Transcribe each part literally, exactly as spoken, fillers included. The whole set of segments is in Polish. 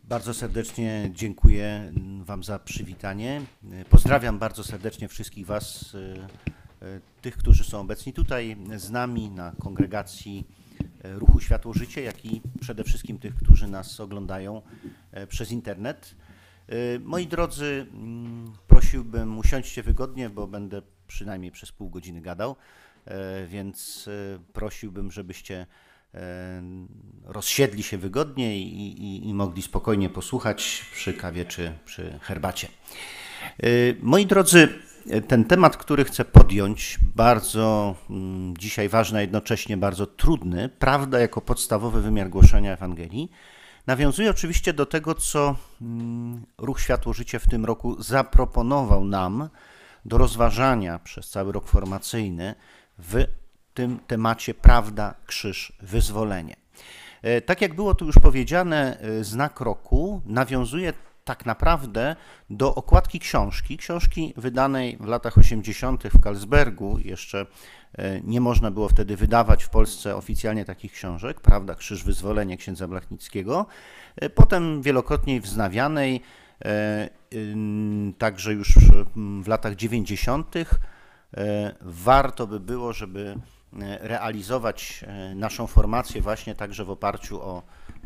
Bardzo serdecznie dziękuję Wam za przywitanie. Pozdrawiam bardzo serdecznie wszystkich Was, tych, którzy są obecni tutaj z nami na kongregacji Ruchu Światło Życie, jak i przede wszystkim tych, którzy nas oglądają przez internet. Moi drodzy, prosiłbym, usiądźcie wygodnie, bo będę przynajmniej przez pół godziny gadał, więc prosiłbym, żebyście rozsiedli się wygodnie i, i, i mogli spokojnie posłuchać przy kawie czy przy herbacie. Moi drodzy, ten temat, który chcę podjąć, bardzo dzisiaj ważny, a jednocześnie bardzo trudny, prawda jako podstawowy wymiar głoszenia Ewangelii, nawiązuje oczywiście do tego, co Ruch Światło Życie w tym roku zaproponował nam do rozważania przez cały rok formacyjny w tym temacie prawda, krzyż, wyzwolenie. Tak jak było tu już powiedziane, znak roku nawiązuje tak naprawdę do okładki książki, książki wydanej w latach osiemdziesiątych w Carlsbergu. Jeszcze nie można było wtedy wydawać w Polsce oficjalnie takich książek, prawda, krzyż, wyzwolenie księdza Blachnickiego. Potem wielokrotnie wznawianej, także już w latach dziewięćdziesiątych. Warto by było, żeby realizować naszą formację właśnie także w oparciu o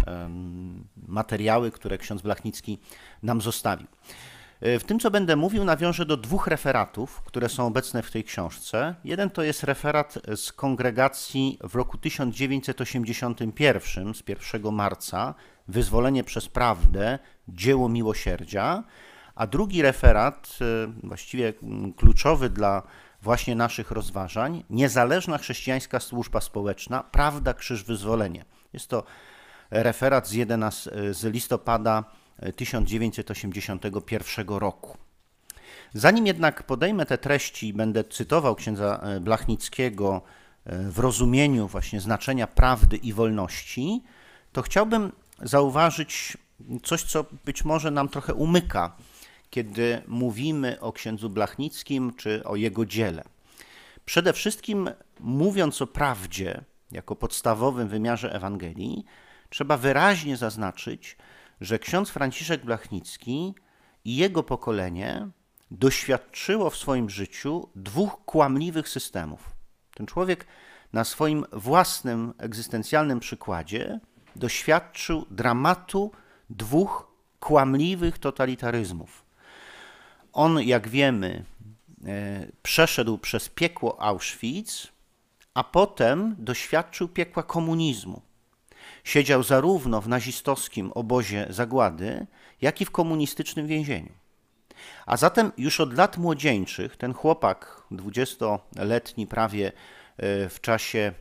materiały, które ksiądz Blachnicki nam zostawił. W tym, co będę mówił, nawiążę do dwóch referatów, które są obecne w tej książce. Jeden to jest referat z kongregacji w roku tysiąc dziewięćset osiemdziesiątym pierwszym, z pierwszego marca, Wyzwolenie przez prawdę, dzieło miłosierdzia, a drugi referat, właściwie kluczowy dla właśnie naszych rozważań, Niezależna chrześcijańska służba społeczna, prawda, krzyż, wyzwolenie. Jest to referat z, jedenastego, z listopada tysiąc dziewięćset osiemdziesiątego pierwszego roku. Zanim jednak podejmę te treści i będę cytował księdza Blachnickiego w rozumieniu właśnie znaczenia prawdy i wolności, to chciałbym zauważyć coś, co być może nam trochę umyka, kiedy mówimy o księdzu Blachnickim czy o jego dziele. Przede wszystkim, mówiąc o prawdzie jako podstawowym wymiarze Ewangelii, trzeba wyraźnie zaznaczyć, że ksiądz Franciszek Blachnicki i jego pokolenie doświadczyło w swoim życiu dwóch kłamliwych systemów. Ten człowiek na swoim własnym egzystencjalnym przykładzie doświadczył dramatu dwóch kłamliwych totalitaryzmów. On, jak wiemy, przeszedł przez piekło Auschwitz, a potem doświadczył piekła komunizmu. Siedział zarówno w nazistowskim obozie zagłady, jak i w komunistycznym więzieniu. A zatem już od lat młodzieńczych ten chłopak, dwudziestoletni prawie w czasie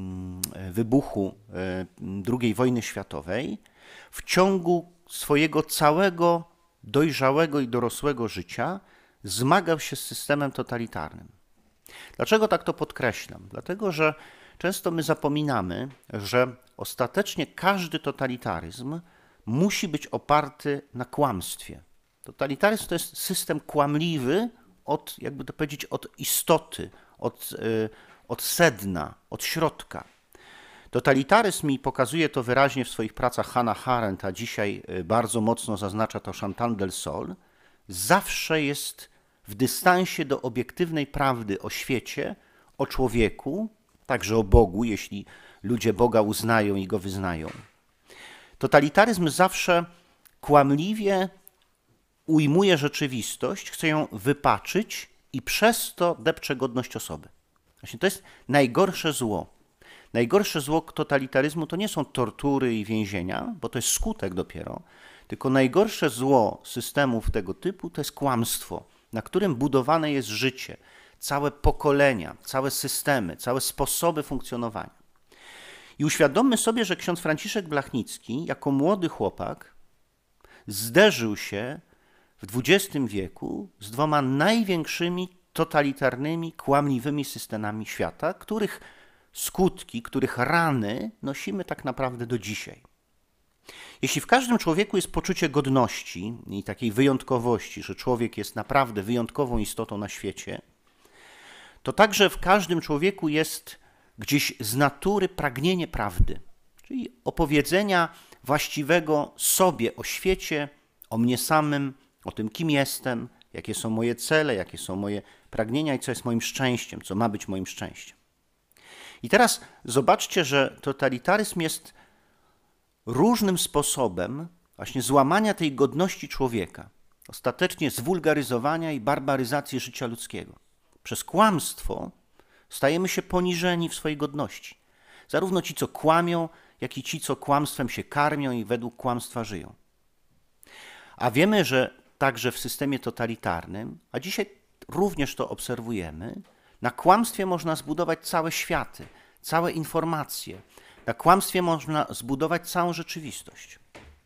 wybuchu drugiej wojny światowej, w ciągu swojego całego dojrzałego i dorosłego życia zmagał się z systemem totalitarnym. Dlaczego tak to podkreślam? Dlatego, że często my zapominamy, że ostatecznie każdy totalitaryzm musi być oparty na kłamstwie. Totalitaryzm to jest system kłamliwy od, jakby to powiedzieć, od istoty, od, od sedna, od środka. Totalitaryzm, i pokazuje to wyraźnie w swoich pracach Hannah Arendt, a dzisiaj bardzo mocno zaznacza to Chantal Delsol, zawsze jest w dystansie do obiektywnej prawdy o świecie, o człowieku, także o Bogu, jeśli ludzie Boga uznają i Go wyznają. Totalitaryzm zawsze kłamliwie ujmuje rzeczywistość, chce ją wypaczyć i przez to depcze godność osoby. Właśnie to jest najgorsze zło. Najgorsze zło totalitaryzmu to nie są tortury i więzienia, bo to jest skutek dopiero, tylko najgorsze zło systemów tego typu to jest kłamstwo, na którym budowane jest życie, całe pokolenia, całe systemy, całe sposoby funkcjonowania. I uświadommy sobie, że ksiądz Franciszek Blachnicki jako młody chłopak zderzył się w dwudziestym wieku z dwoma największymi totalitarnymi, kłamliwymi systemami świata, których skutki, których rany nosimy tak naprawdę do dzisiaj. Jeśli w każdym człowieku jest poczucie godności i takiej wyjątkowości, że człowiek jest naprawdę wyjątkową istotą na świecie, to także w każdym człowieku jest gdzieś z natury pragnienie prawdy. czyli opowiedzenia właściwego sobie o świecie, o mnie samym, o tym, kim jestem, jakie są moje cele, jakie są moje pragnienia i co jest moim szczęściem, co ma być moim szczęściem. I teraz zobaczcie, że totalitaryzm jest różnym sposobem właśnie złamania tej godności człowieka, ostatecznie zwulgaryzowania i barbaryzacji życia ludzkiego. Przez kłamstwo stajemy się poniżeni w swojej godności. Zarówno ci, co kłamią, jak i ci, co kłamstwem się karmią i według kłamstwa żyją. A wiemy, że także w systemie totalitarnym, a dzisiaj również to obserwujemy, na kłamstwie można zbudować całe światy, całe informacje. Na kłamstwie można zbudować całą rzeczywistość.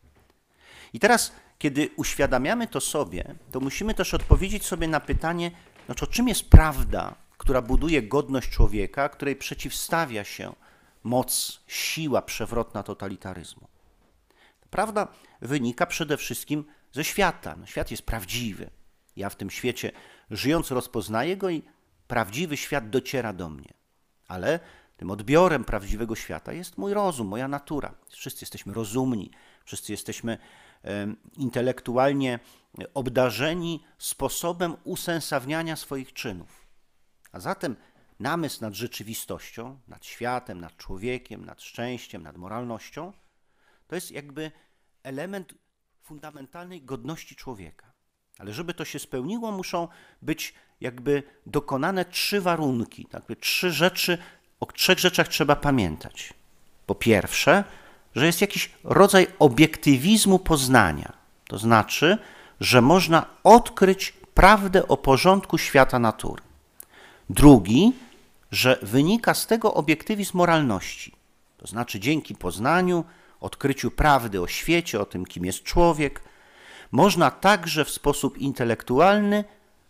I teraz, kiedy uświadamiamy to sobie, to musimy też odpowiedzieć sobie na pytanie, no to czym jest prawda, która buduje godność człowieka, której przeciwstawia się moc, siła przewrotna totalitaryzmu. Prawda wynika przede wszystkim ze świata. No, świat jest prawdziwy. Ja w tym świecie żyjąc rozpoznaję go i prawdziwy świat dociera do mnie. Ale tym odbiorem prawdziwego świata jest mój rozum, moja natura. Wszyscy jesteśmy rozumni, wszyscy jesteśmy e, intelektualnie obdarzeni sposobem usensowniania swoich czynów. A zatem namysł nad rzeczywistością, nad światem, nad człowiekiem, nad szczęściem, nad moralnością, to jest jakby element fundamentalnej godności człowieka. Ale żeby to się spełniło, muszą być jakby dokonane trzy warunki, jakby trzy rzeczy, o trzech rzeczach trzeba pamiętać. Po pierwsze, że jest jakiś rodzaj obiektywizmu poznania, to znaczy, że można odkryć prawdę o porządku świata natury. Drugi, że wynika z tego obiektywizm moralności, to znaczy dzięki poznaniu, odkryciu prawdy o świecie, o tym, kim jest człowiek, można także w sposób intelektualny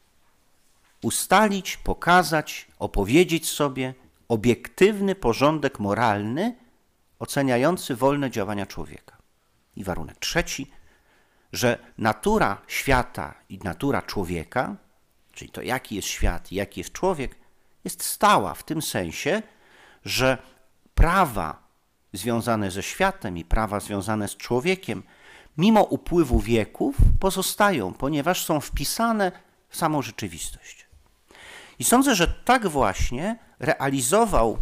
ustalić, pokazać, opowiedzieć sobie obiektywny porządek moralny oceniający wolne działania człowieka. I warunek trzeci, że natura świata i natura człowieka, czyli to jaki jest świat i jaki jest człowiek, jest stała w tym sensie, że prawa związane ze światem i prawa związane z człowiekiem mimo upływu wieków pozostają, ponieważ są wpisane w samą rzeczywistość. I sądzę, że tak właśnie realizował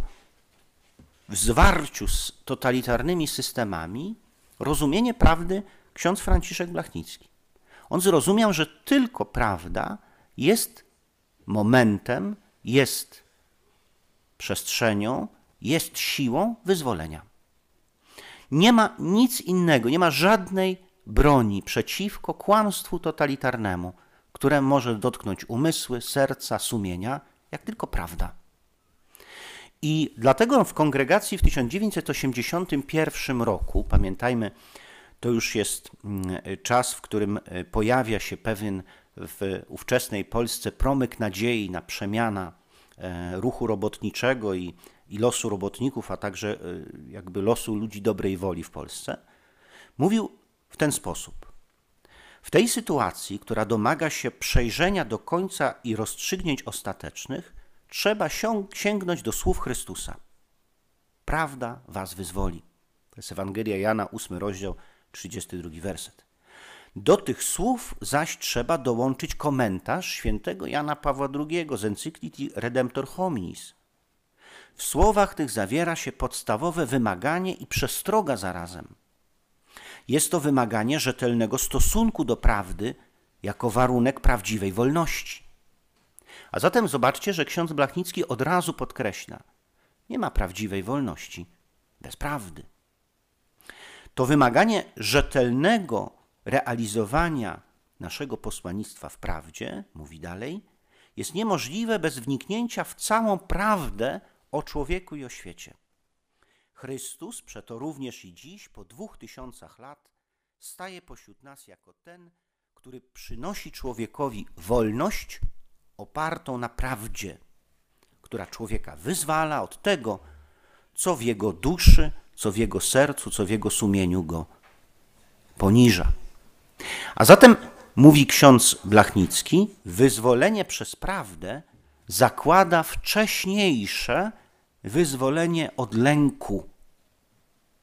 w zwarciu z totalitarnymi systemami rozumienie prawdy ksiądz Franciszek Blachnicki. On zrozumiał, że tylko prawda jest momentem, jest przestrzenią, jest siłą wyzwolenia. Nie ma nic innego, nie ma żadnej broni przeciwko kłamstwu totalitarnemu, które może dotknąć umysły, serca, sumienia, jak tylko prawda. I dlatego w kongregacji w tysiąc dziewięćset osiemdziesiątym pierwszym roku, pamiętajmy, to już jest czas, w którym pojawia się pewien w ówczesnej Polsce promyk nadziei na przemiana ruchu robotniczego i, i losu robotników, a także jakby losu ludzi dobrej woli w Polsce, mówił w ten sposób. W tej sytuacji, która domaga się przejrzenia do końca i rozstrzygnięć ostatecznych, trzeba sięgnąć do słów Chrystusa. Prawda was wyzwoli. To jest Ewangelia Jana, ósmy rozdział, trzydziesty drugi werset. Do tych słów zaś trzeba dołączyć komentarz świętego Jana Pawła drugiego z encykliki Redemptor Hominis. W słowach tych zawiera się podstawowe wymaganie i przestroga zarazem. Jest to wymaganie rzetelnego stosunku do prawdy jako warunek prawdziwej wolności. A zatem zobaczcie, że ksiądz Blachnicki od razu podkreśla, nie ma prawdziwej wolności bez prawdy. To wymaganie rzetelnego realizowania naszego posłannictwa w prawdzie, mówi dalej, jest niemożliwe bez wniknięcia w całą prawdę o człowieku i o świecie. Chrystus, przeto również i dziś, po dwóch tysiącach lat, staje pośród nas jako ten, który przynosi człowiekowi wolność opartą na prawdzie, która człowieka wyzwala od tego, co w jego duszy, co w jego sercu, co w jego sumieniu go poniża. A zatem, mówi ksiądz Blachnicki, wyzwolenie przez prawdę zakłada wcześniejsze wyzwolenie od lęku.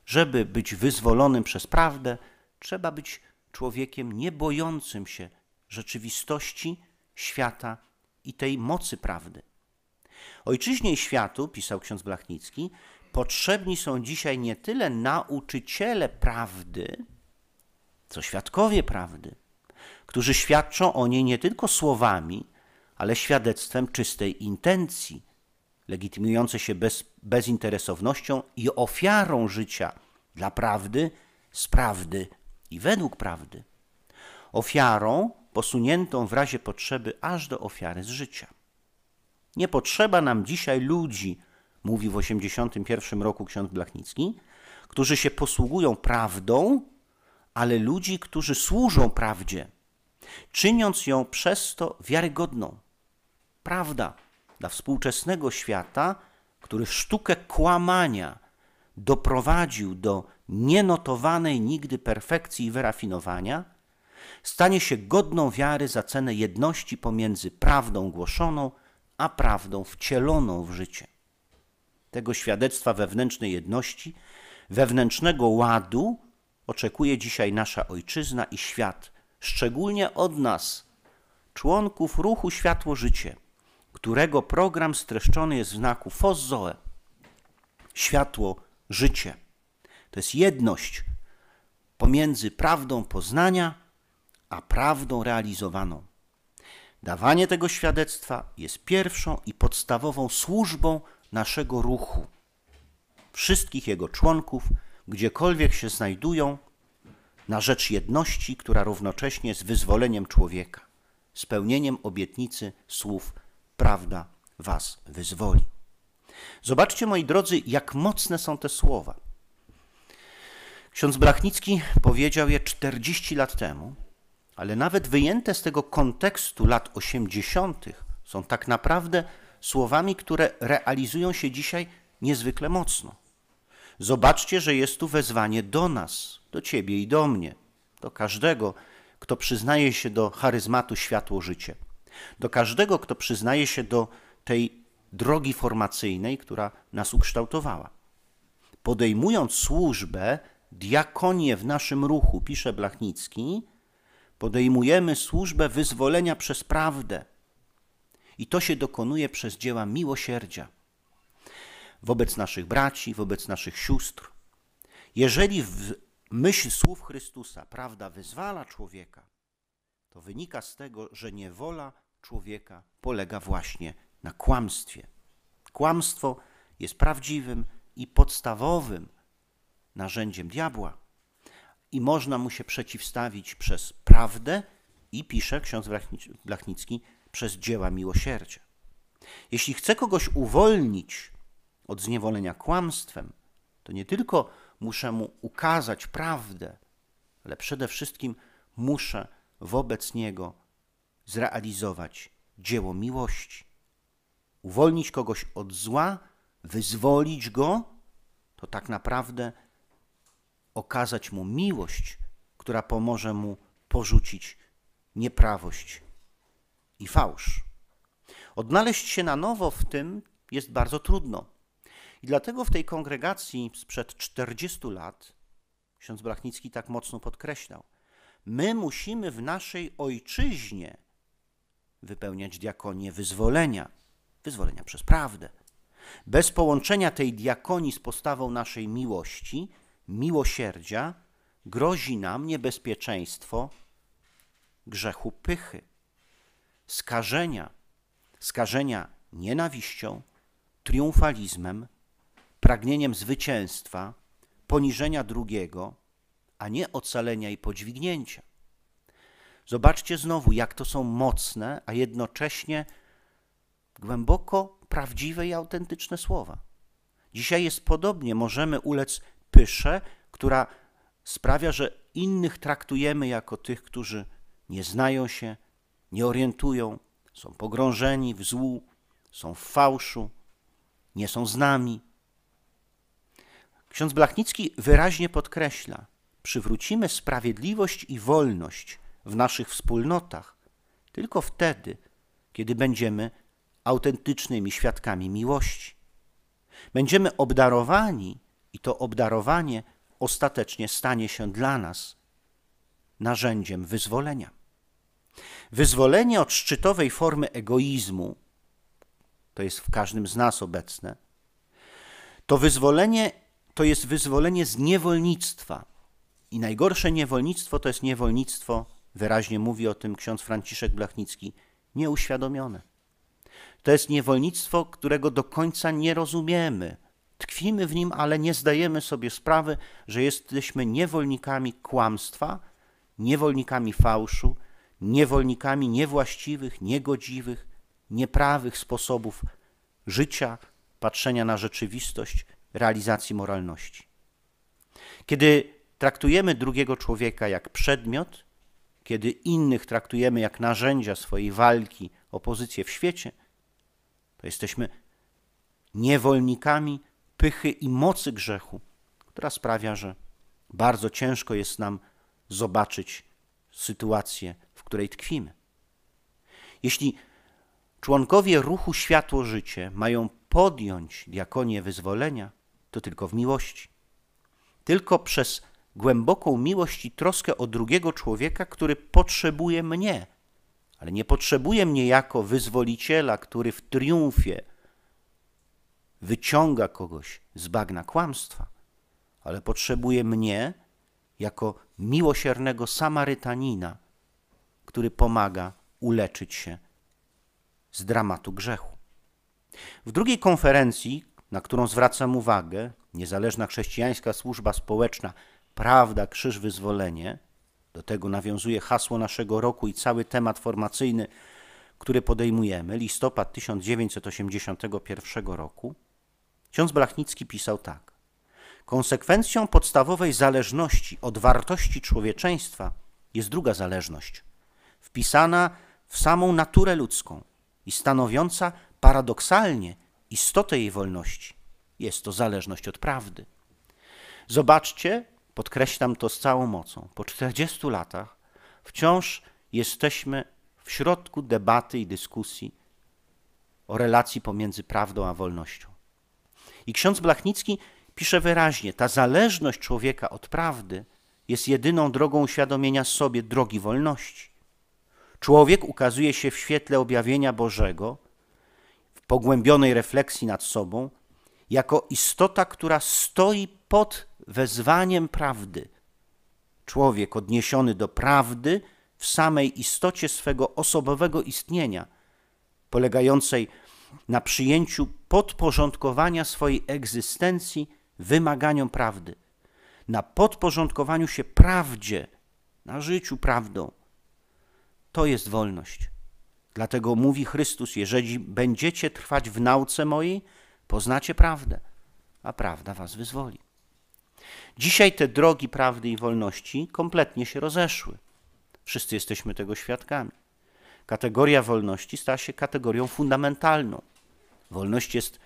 Żeby być wyzwolonym przez prawdę, trzeba być człowiekiem nie bojącym się rzeczywistości, świata i tej mocy prawdy. Ojczyźnie i światu, pisał ksiądz Blachnicki, potrzebni są dzisiaj nie tyle nauczyciele prawdy, co świadkowie prawdy, którzy świadczą o niej nie tylko słowami, ale świadectwem czystej intencji, legitymujące się bez, bezinteresownością i ofiarą życia dla prawdy, z prawdy i według prawdy. Ofiarą posuniętą w razie potrzeby aż do ofiary z życia. Nie potrzeba nam dzisiaj ludzi, mówi w osiemdziesiątym pierwszym roku ksiądz Blachnicki, którzy się posługują prawdą, ale ludzi, którzy służą prawdzie, czyniąc ją przez to wiarygodną. Prawda dla współczesnego świata, który sztukę kłamania doprowadził do nienotowanej nigdy perfekcji i wyrafinowania, stanie się godną wiary za cenę jedności pomiędzy prawdą głoszoną a prawdą wcieloną w życie. Tego świadectwa wewnętrznej jedności, wewnętrznego ładu oczekuje dzisiaj nasza ojczyzna i świat, szczególnie od nas, członków ruchu Światło-Życie, którego program streszczony jest w znaku Fos Zoe, światło, życie. To jest jedność pomiędzy prawdą poznania a prawdą realizowaną. Dawanie tego świadectwa jest pierwszą i podstawową służbą naszego ruchu, wszystkich jego członków, gdziekolwiek się znajdują, na rzecz jedności, która równocześnie jest wyzwoleniem człowieka, spełnieniem obietnicy słów prawda was wyzwoli. Zobaczcie, moi drodzy, jak mocne są te słowa. Ksiądz Blachnicki powiedział je czterdzieści lat temu, ale nawet wyjęte z tego kontekstu lat osiemdziesiątych są tak naprawdę słowami, które realizują się dzisiaj niezwykle mocno. Zobaczcie, że jest tu wezwanie do nas, do ciebie i do mnie, do każdego, kto przyznaje się do charyzmatu światło-życie, do każdego, kto przyznaje się do tej drogi formacyjnej, która nas ukształtowała. Podejmując służbę, diakonię w naszym ruchu, pisze Blachnicki, podejmujemy służbę wyzwolenia przez prawdę. I to się dokonuje przez dzieła miłosierdzia wobec naszych braci, wobec naszych sióstr. Jeżeli w myśl słów Chrystusa prawda wyzwala człowieka, to wynika z tego, że niewola człowieka polega właśnie na kłamstwie. Kłamstwo jest prawdziwym i podstawowym narzędziem diabła i można mu się przeciwstawić przez prawdę i, pisze ksiądz Blachnicki, przez dzieła miłosierdzia. Jeśli chce kogoś uwolnić od zniewolenia kłamstwem, to nie tylko muszę mu ukazać prawdę, ale przede wszystkim muszę wobec niego zrealizować dzieło miłości. Uwolnić kogoś od zła, wyzwolić go, to tak naprawdę okazać mu miłość, która pomoże mu porzucić nieprawość i fałsz. Odnaleźć się na nowo w tym jest bardzo trudno. I dlatego w tej kongregacji sprzed czterdziestu lat ksiądz Blachnicki tak mocno podkreślał: my musimy w naszej ojczyźnie wypełniać diakonię wyzwolenia, wyzwolenia przez prawdę. Bez połączenia tej diakonii z postawą naszej miłości, miłosierdzia, grozi nam niebezpieczeństwo grzechu pychy, skażenia, skażenia nienawiścią, triumfalizmem, pragnieniem zwycięstwa, poniżenia drugiego, a nie ocalenia i podźwignięcia. Zobaczcie znowu, jak to są mocne, a jednocześnie głęboko prawdziwe i autentyczne słowa. Dzisiaj jest podobnie, możemy ulec pysze, która sprawia, że innych traktujemy jako tych, którzy nie znają się, nie orientują, są pogrążeni w złu, są w fałszu, nie są z nami. Ksiądz Blachnicki wyraźnie podkreśla: przywrócimy sprawiedliwość i wolność w naszych wspólnotach tylko wtedy, kiedy będziemy autentycznymi świadkami miłości. Będziemy obdarowani i to obdarowanie ostatecznie stanie się dla nas narzędziem wyzwolenia. Wyzwolenie od szczytowej formy egoizmu, to jest w każdym z nas obecne, to wyzwolenie to jest wyzwolenie z niewolnictwa. I najgorsze niewolnictwo to jest niewolnictwo, wyraźnie mówi o tym ksiądz Franciszek Blachnicki, nieuświadomione. To jest niewolnictwo, którego do końca nie rozumiemy. Tkwimy w nim, ale nie zdajemy sobie sprawy, że jesteśmy niewolnikami kłamstwa, niewolnikami fałszu, niewolnikami niewłaściwych, niegodziwych, nieprawych sposobów życia, patrzenia na rzeczywistość, realizacji moralności. Kiedy traktujemy drugiego człowieka jak przedmiot, kiedy innych traktujemy jak narzędzia swojej walki o pozycję w świecie, to jesteśmy niewolnikami pychy i mocy grzechu, która sprawia, że bardzo ciężko jest nam zobaczyć sytuację, w której tkwimy. Jeśli członkowie ruchu Światło-Życie mają podjąć diakonię wyzwolenia, to tylko w miłości. Tylko przez głęboką miłość i troskę o drugiego człowieka, który potrzebuje mnie, ale nie potrzebuje mnie jako wyzwoliciela, który w triumfie wyciąga kogoś z bagna kłamstwa, ale potrzebuje mnie jako miłosiernego Samarytanina, który pomaga uleczyć się z dramatu grzechu. W drugiej konferencji, na którą zwracam uwagę, Niezależna Chrześcijańska Służba Społeczna, Prawda, Krzyż, Wyzwolenie, do tego nawiązuje hasło naszego roku i cały temat formacyjny, który podejmujemy, listopad tysiąc dziewięćset osiemdziesiątego pierwszego roku, ksiądz Blachnicki pisał tak. Konsekwencją podstawowej zależności od wartości człowieczeństwa jest druga zależność, wpisana w samą naturę ludzką i stanowiąca paradoksalnie istotę jej wolności. Jest to zależność od prawdy. Zobaczcie, podkreślam to z całą mocą, po czterdziestu latach wciąż jesteśmy w środku debaty i dyskusji o relacji pomiędzy prawdą a wolnością. I ksiądz Blachnicki pisze wyraźnie, ta zależność człowieka od prawdy jest jedyną drogą uświadomienia sobie drogi wolności. Człowiek ukazuje się w świetle objawienia Bożego, w pogłębionej refleksji nad sobą, jako istota, która stoi pod wezwaniem prawdy. Człowiek odniesiony do prawdy w samej istocie swego osobowego istnienia, polegającej na przyjęciu podporządkowania swojej egzystencji wymaganiom prawdy, na podporządkowaniu się prawdzie, na życiu prawdą. To jest wolność. Dlatego mówi Chrystus, jeżeli będziecie trwać w nauce mojej, poznacie prawdę, a prawda was wyzwoli. Dzisiaj te drogi prawdy i wolności kompletnie się rozeszły. Wszyscy jesteśmy tego świadkami. Kategoria wolności stała się kategorią fundamentalną. Wolność jest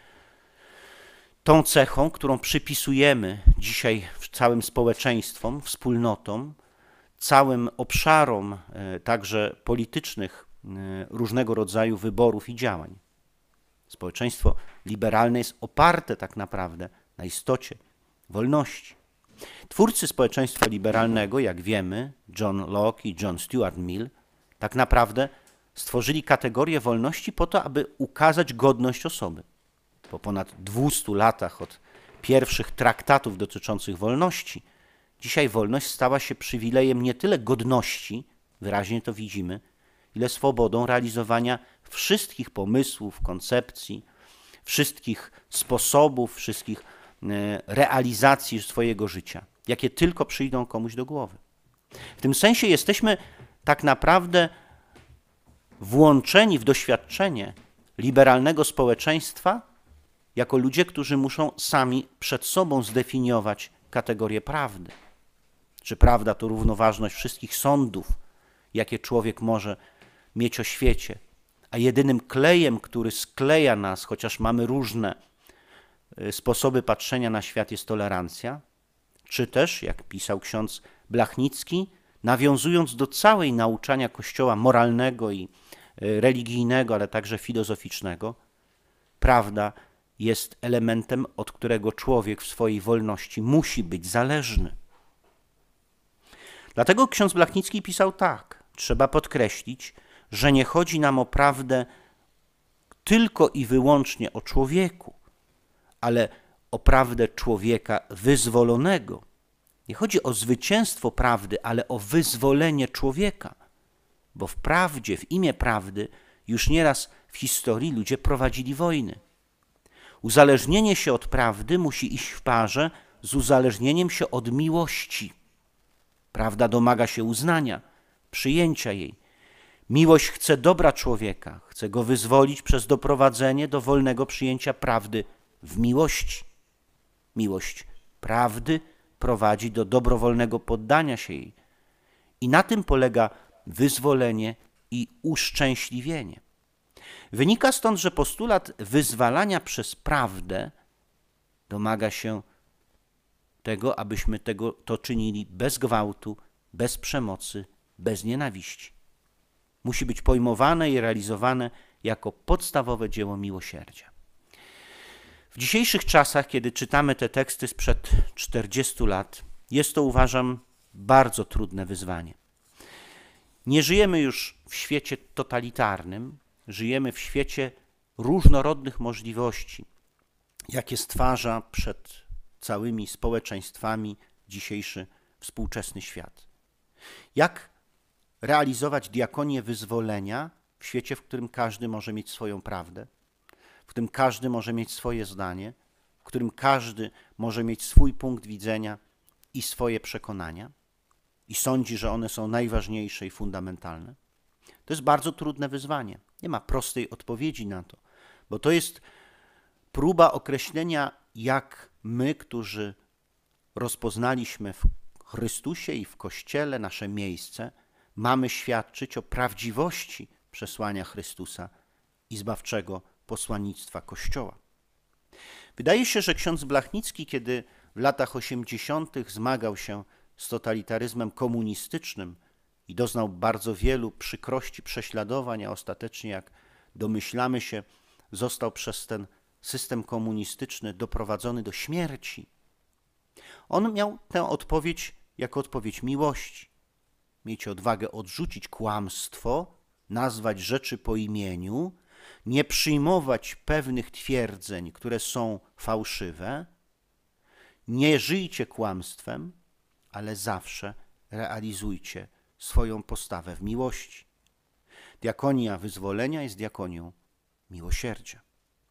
tą cechą, którą przypisujemy dzisiaj całym społeczeństwom, wspólnotom, całym obszarom także politycznych różnego rodzaju wyborów i działań. Społeczeństwo liberalne jest oparte tak naprawdę na istocie wolności. Twórcy społeczeństwa liberalnego, jak wiemy, John Locke i John Stuart Mill, tak naprawdę stworzyli kategorię wolności po to, aby ukazać godność osoby. Po ponad dwustu latach od pierwszych traktatów dotyczących wolności, dzisiaj wolność stała się przywilejem nie tyle godności, wyraźnie to widzimy, ile swobodą realizowania wszystkich pomysłów, koncepcji, wszystkich sposobów, wszystkich realizacji swojego życia, jakie tylko przyjdą komuś do głowy. W tym sensie jesteśmy tak naprawdę włączeni w doświadczenie liberalnego społeczeństwa jako ludzie, którzy muszą sami przed sobą zdefiniować kategorię prawdy. Czy prawda to równoważność wszystkich sądów, jakie człowiek może mieć o świecie, a jedynym klejem, który skleja nas, chociaż mamy różne sposoby patrzenia na świat, jest tolerancja? Czy też, jak pisał ksiądz Blachnicki, nawiązując do całej nauczania Kościoła moralnego i religijnego, ale także filozoficznego, prawda jest elementem, od którego człowiek w swojej wolności musi być zależny. Dlatego ksiądz Blachnicki pisał tak: trzeba podkreślić, że nie chodzi nam o prawdę tylko i wyłącznie o człowieku, ale o prawdę człowieka wyzwolonego. Nie chodzi o zwycięstwo prawdy, ale o wyzwolenie człowieka, bo w prawdzie, w imię prawdy już nieraz w historii ludzie prowadzili wojny. Uzależnienie się od prawdy musi iść w parze z uzależnieniem się od miłości. Prawda domaga się uznania, przyjęcia jej. Miłość chce dobra człowieka, chce go wyzwolić przez doprowadzenie do wolnego przyjęcia prawdy w miłości. Miłość prawdy prowadzi do dobrowolnego poddania się jej. I na tym polega wyzwolenie i uszczęśliwienie. Wynika stąd, że postulat wyzwalania przez prawdę domaga się tego, abyśmy tego, to czynili bez gwałtu, bez przemocy, bez nienawiści. Musi być pojmowane i realizowane jako podstawowe dzieło miłosierdzia. W dzisiejszych czasach, kiedy czytamy te teksty sprzed czterdziestu lat, jest to, uważam, bardzo trudne wyzwanie. Nie żyjemy już w świecie totalitarnym, żyjemy w świecie różnorodnych możliwości, jakie stwarza przed całymi społeczeństwami dzisiejszy współczesny świat. Jak realizować diakonię wyzwolenia w świecie, w którym każdy może mieć swoją prawdę, w którym każdy może mieć swoje zdanie, w którym każdy może mieć swój punkt widzenia i swoje przekonania i sądzi, że one są najważniejsze i fundamentalne? To jest bardzo trudne wyzwanie. Nie ma prostej odpowiedzi na to, bo to jest próba określenia, jak my, którzy rozpoznaliśmy w Chrystusie i w Kościele nasze miejsce, mamy świadczyć o prawdziwości przesłania Chrystusa i zbawczego posłannictwa Kościoła. Wydaje się, że ksiądz Blachnicki, kiedy w latach osiemdziesiątych zmagał się z totalitaryzmem komunistycznym i doznał bardzo wielu przykrości, prześladowań, a ostatecznie, jak domyślamy się, został przez ten system komunistyczny doprowadzony do śmierci. On miał tę odpowiedź jako odpowiedź miłości. Mieć odwagę odrzucić kłamstwo, nazwać rzeczy po imieniu, nie przyjmować pewnych twierdzeń, które są fałszywe. Nie żyjcie kłamstwem, ale zawsze realizujcie swoją postawę w miłości. Diakonia wyzwolenia jest diakonią miłosierdzia.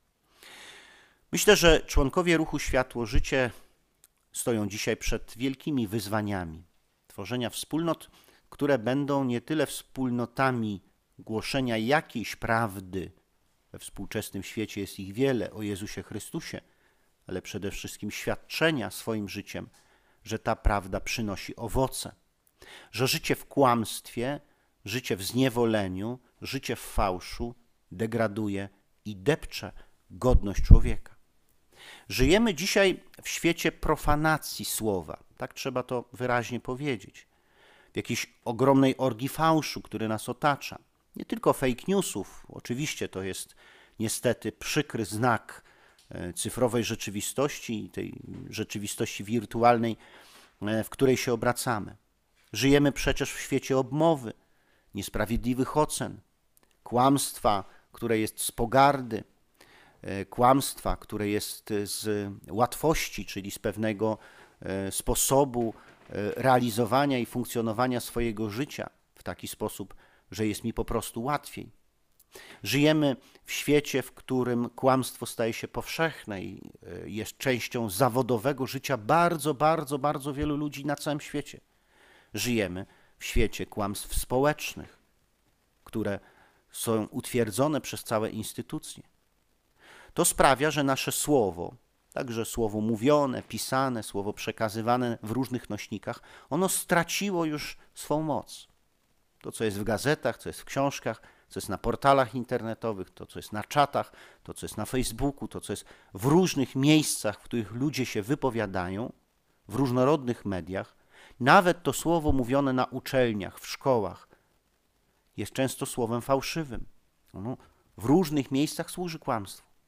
Myślę, że członkowie ruchu Światło-Życie stoją dzisiaj przed wielkimi wyzwaniami tworzenia wspólnot, które będą nie tyle wspólnotami głoszenia jakiejś prawdy, we współczesnym świecie jest ich wiele, o Jezusie Chrystusie, ale przede wszystkim świadczenia swoim życiem, że ta prawda przynosi owoce, że życie w kłamstwie, życie w zniewoleniu, życie w fałszu degraduje i depcze godność człowieka. Żyjemy dzisiaj w świecie profanacji słowa, tak trzeba to wyraźnie powiedzieć, w jakiejś ogromnej orgii fałszu, który nas otacza. Nie tylko fake newsów, oczywiście to jest niestety przykry znak cyfrowej rzeczywistości i tej rzeczywistości wirtualnej, w której się obracamy. Żyjemy przecież w świecie obmowy, niesprawiedliwych ocen, kłamstwa, które jest z pogardy, kłamstwa, które jest z łatwości, czyli z pewnego sposobu realizowania i funkcjonowania swojego życia w taki sposób, że jest mi po prostu łatwiej. Żyjemy w świecie, w którym kłamstwo staje się powszechne i jest częścią zawodowego życia bardzo, bardzo, bardzo wielu ludzi na całym świecie. Żyjemy w świecie kłamstw społecznych, które są utwierdzone przez całe instytucje. To sprawia, że nasze słowo, także słowo mówione, pisane, słowo przekazywane w różnych nośnikach, ono straciło już swą moc. To, co jest w gazetach, co jest w książkach, co jest na portalach internetowych, to, co jest na czatach, to, co jest na Facebooku, to, co jest w różnych miejscach, w których ludzie się wypowiadają, w różnorodnych mediach, nawet to słowo mówione na uczelniach, w szkołach, jest często słowem fałszywym. Ono w różnych miejscach służy kłamstwu.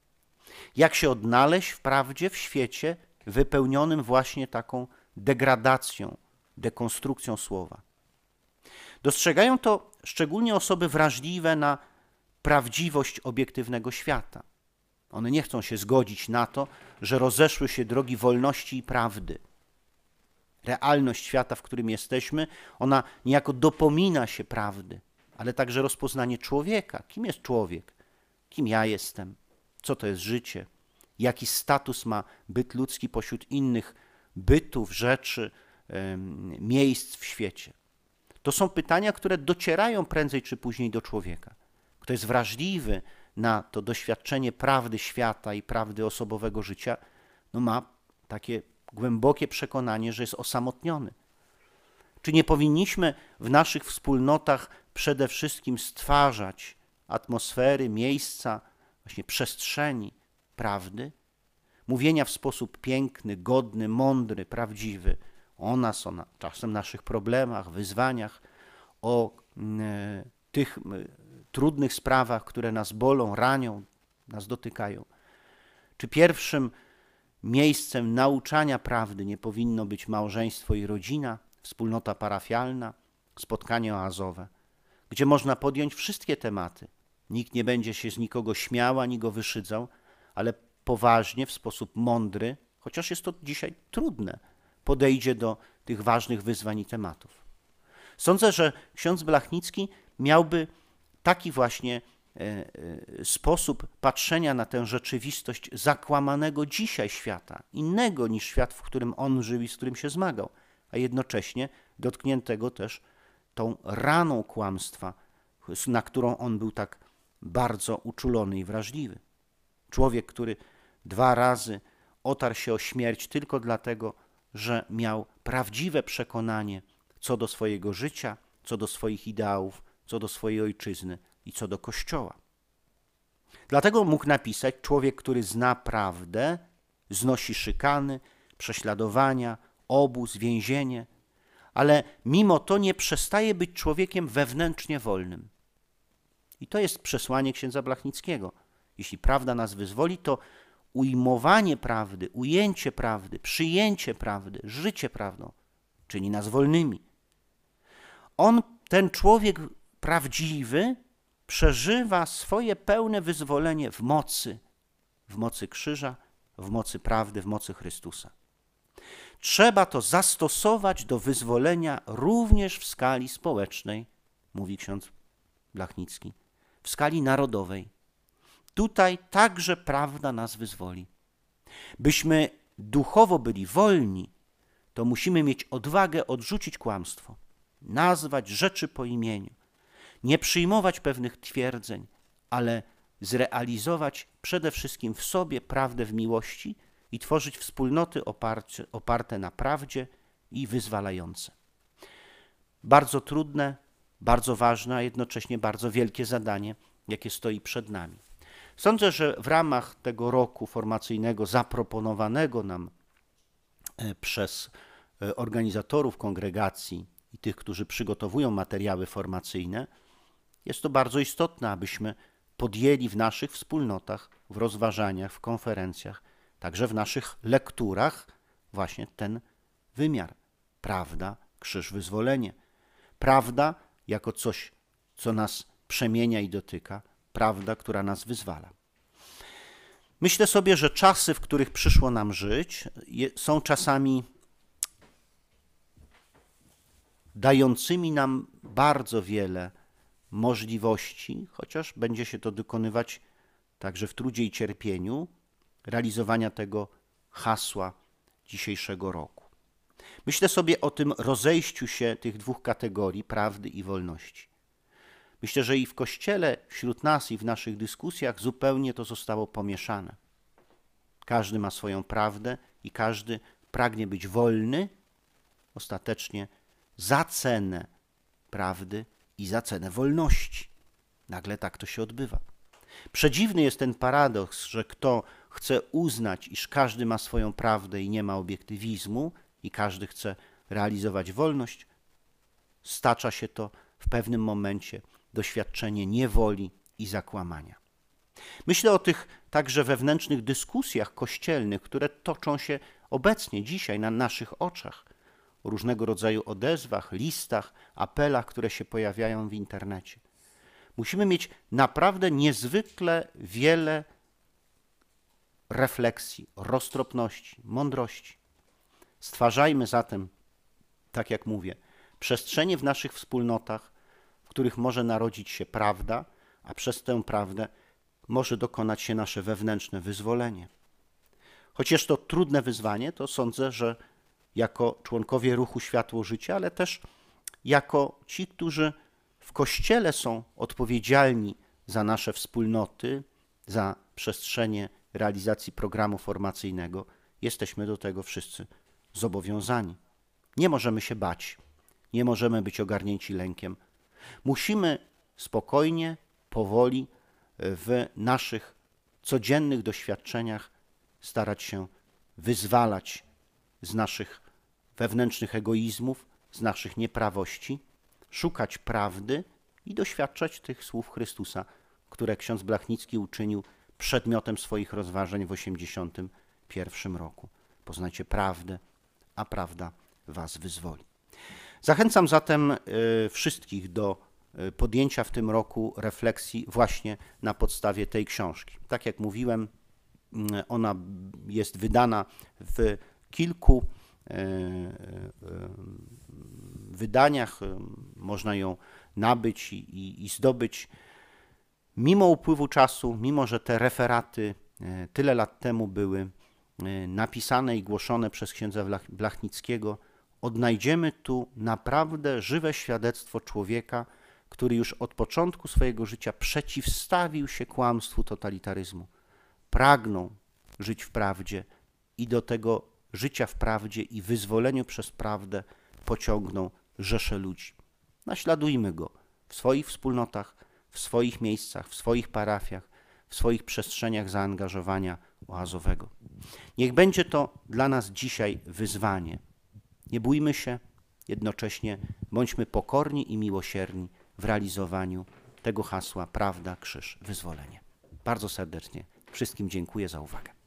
Jak się odnaleźć w prawdzie w świecie wypełnionym właśnie taką degradacją, dekonstrukcją słowa. Dostrzegają to szczególnie osoby wrażliwe na prawdziwość obiektywnego świata. One nie chcą się zgodzić na to, że rozeszły się drogi wolności i prawdy. Realność świata, w którym jesteśmy, ona niejako dopomina się prawdy, ale także rozpoznanie człowieka. Kim jest człowiek? Kim ja jestem? Co to jest życie? Jaki status ma byt ludzki pośród innych bytów, rzeczy, miejsc w świecie? To są pytania, które docierają prędzej czy później do człowieka. Kto jest wrażliwy na to doświadczenie prawdy świata i prawdy osobowego życia, no ma takie głębokie przekonanie, że jest osamotniony. Czy nie powinniśmy w naszych wspólnotach przede wszystkim stwarzać atmosfery, miejsca, właśnie przestrzeni prawdy, mówienia w sposób piękny, godny, mądry, prawdziwy o nas, o na, czasem naszych problemach, wyzwaniach, o y, tych y, trudnych sprawach, które nas bolą, ranią, nas dotykają. Czy pierwszym miejscem nauczania prawdy nie powinno być małżeństwo i rodzina, wspólnota parafialna, spotkanie oazowe, gdzie można podjąć wszystkie tematy. Nikt nie będzie się z nikogo śmiał ani go wyszydzał, ale poważnie, w sposób mądry, chociaż jest to dzisiaj trudne, podejdzie do tych ważnych wyzwań i tematów. Sądzę, że ksiądz Blachnicki miałby taki właśnie sposób patrzenia na tę rzeczywistość zakłamanego dzisiaj świata, innego niż świat, w którym on żył i z którym się zmagał, a jednocześnie dotkniętego też tą raną kłamstwa, na którą on był tak bardzo uczulony i wrażliwy. Człowiek, który dwa razy otarł się o śmierć tylko dlatego, że miał prawdziwe przekonanie co do swojego życia, co do swoich ideałów, co do swojej ojczyzny i co do Kościoła. Dlatego mógł napisać: człowiek, który zna prawdę, znosi szykany, prześladowania, obóz, więzienie, ale mimo to nie przestaje być człowiekiem wewnętrznie wolnym. I to jest przesłanie księdza Blachnickiego. Jeśli prawda nas wyzwoli, to ujmowanie prawdy, ujęcie prawdy, przyjęcie prawdy, życie prawdą czyni nas wolnymi. On, ten człowiek prawdziwy, przeżywa swoje pełne wyzwolenie w mocy, w mocy krzyża, w mocy prawdy, w mocy Chrystusa. Trzeba to zastosować do wyzwolenia również w skali społecznej, mówi ksiądz Blachnicki, w skali narodowej. Tutaj także prawda nas wyzwoli. Byśmy duchowo byli wolni, to musimy mieć odwagę odrzucić kłamstwo, nazwać rzeczy po imieniu, nie przyjmować pewnych twierdzeń, ale zrealizować przede wszystkim w sobie prawdę w miłości i tworzyć wspólnoty oparte, oparte na prawdzie i wyzwalające. Bardzo trudne, bardzo ważne, a jednocześnie bardzo wielkie zadanie, jakie stoi przed nami. Sądzę, że w ramach tego roku formacyjnego zaproponowanego nam przez organizatorów kongregacji i tych, którzy przygotowują materiały formacyjne, jest to bardzo istotne, abyśmy podjęli w naszych wspólnotach, w rozważaniach, w konferencjach, także w naszych lekturach właśnie ten wymiar. Prawda, krzyż, wyzwolenie. Prawda jako coś, co nas przemienia i dotyka. Prawda, która nas wyzwala. Myślę sobie, że czasy, w których przyszło nam żyć, są czasami dającymi nam bardzo wiele możliwości, chociaż będzie się to dokonywać także w trudzie i cierpieniu, realizowania tego hasła dzisiejszego roku. Myślę sobie o tym rozejściu się tych dwóch kategorii, prawdy i wolności. Myślę, że i w Kościele, wśród nas i w naszych dyskusjach zupełnie to zostało pomieszane. Każdy ma swoją prawdę i każdy pragnie być wolny, ostatecznie za cenę prawdy i za cenę wolności. Nagle tak to się odbywa. Przedziwny jest ten paradoks, że kto chce uznać, iż każdy ma swoją prawdę i nie ma obiektywizmu i każdy chce realizować wolność, stacza się to w pewnym momencie doświadczenie niewoli i zakłamania. Myślę o tych także wewnętrznych dyskusjach kościelnych, które toczą się obecnie, dzisiaj na naszych oczach, o różnego rodzaju odezwach, listach, apelach, które się pojawiają w internecie. Musimy mieć naprawdę niezwykle wiele refleksji, roztropności, mądrości. Stwarzajmy zatem, tak jak mówię, przestrzenie w naszych wspólnotach, w których może narodzić się prawda, a przez tę prawdę może dokonać się nasze wewnętrzne wyzwolenie. Chociaż to trudne wyzwanie, to sądzę, że jako członkowie ruchu Światło Życia, ale też jako ci, którzy w Kościele są odpowiedzialni za nasze wspólnoty, za przestrzenie realizacji programu formacyjnego, jesteśmy do tego wszyscy zobowiązani. Nie możemy się bać, nie możemy być ogarnięci lękiem. Musimy spokojnie, powoli w naszych codziennych doświadczeniach starać się wyzwalać z naszych wewnętrznych egoizmów, z naszych nieprawości, szukać prawdy i doświadczać tych słów Chrystusa, które ksiądz Blachnicki uczynił przedmiotem swoich rozważań w osiemdziesiątym pierwszym roku. Poznajcie prawdę, a prawda was wyzwoli. Zachęcam zatem wszystkich do podjęcia w tym roku refleksji właśnie na podstawie tej książki. Tak jak mówiłem, ona jest wydana w kilku wydaniach, można ją nabyć i, i, i zdobyć. Mimo upływu czasu, mimo że te referaty tyle lat temu były napisane i głoszone przez księdza Blachnickiego, odnajdziemy tu naprawdę żywe świadectwo człowieka, który już od początku swojego życia przeciwstawił się kłamstwu totalitaryzmu. Pragnął żyć w prawdzie i do tego życia w prawdzie i wyzwoleniu przez prawdę pociągnął rzesze ludzi. Naśladujmy go w swoich wspólnotach, w swoich miejscach, w swoich parafiach, w swoich przestrzeniach zaangażowania oazowego. Niech będzie to dla nas dzisiaj wyzwanie. Nie bójmy się, jednocześnie bądźmy pokorni i miłosierni w realizowaniu tego hasła prawda, krzyż, wyzwolenie. Bardzo serdecznie wszystkim dziękuję za uwagę.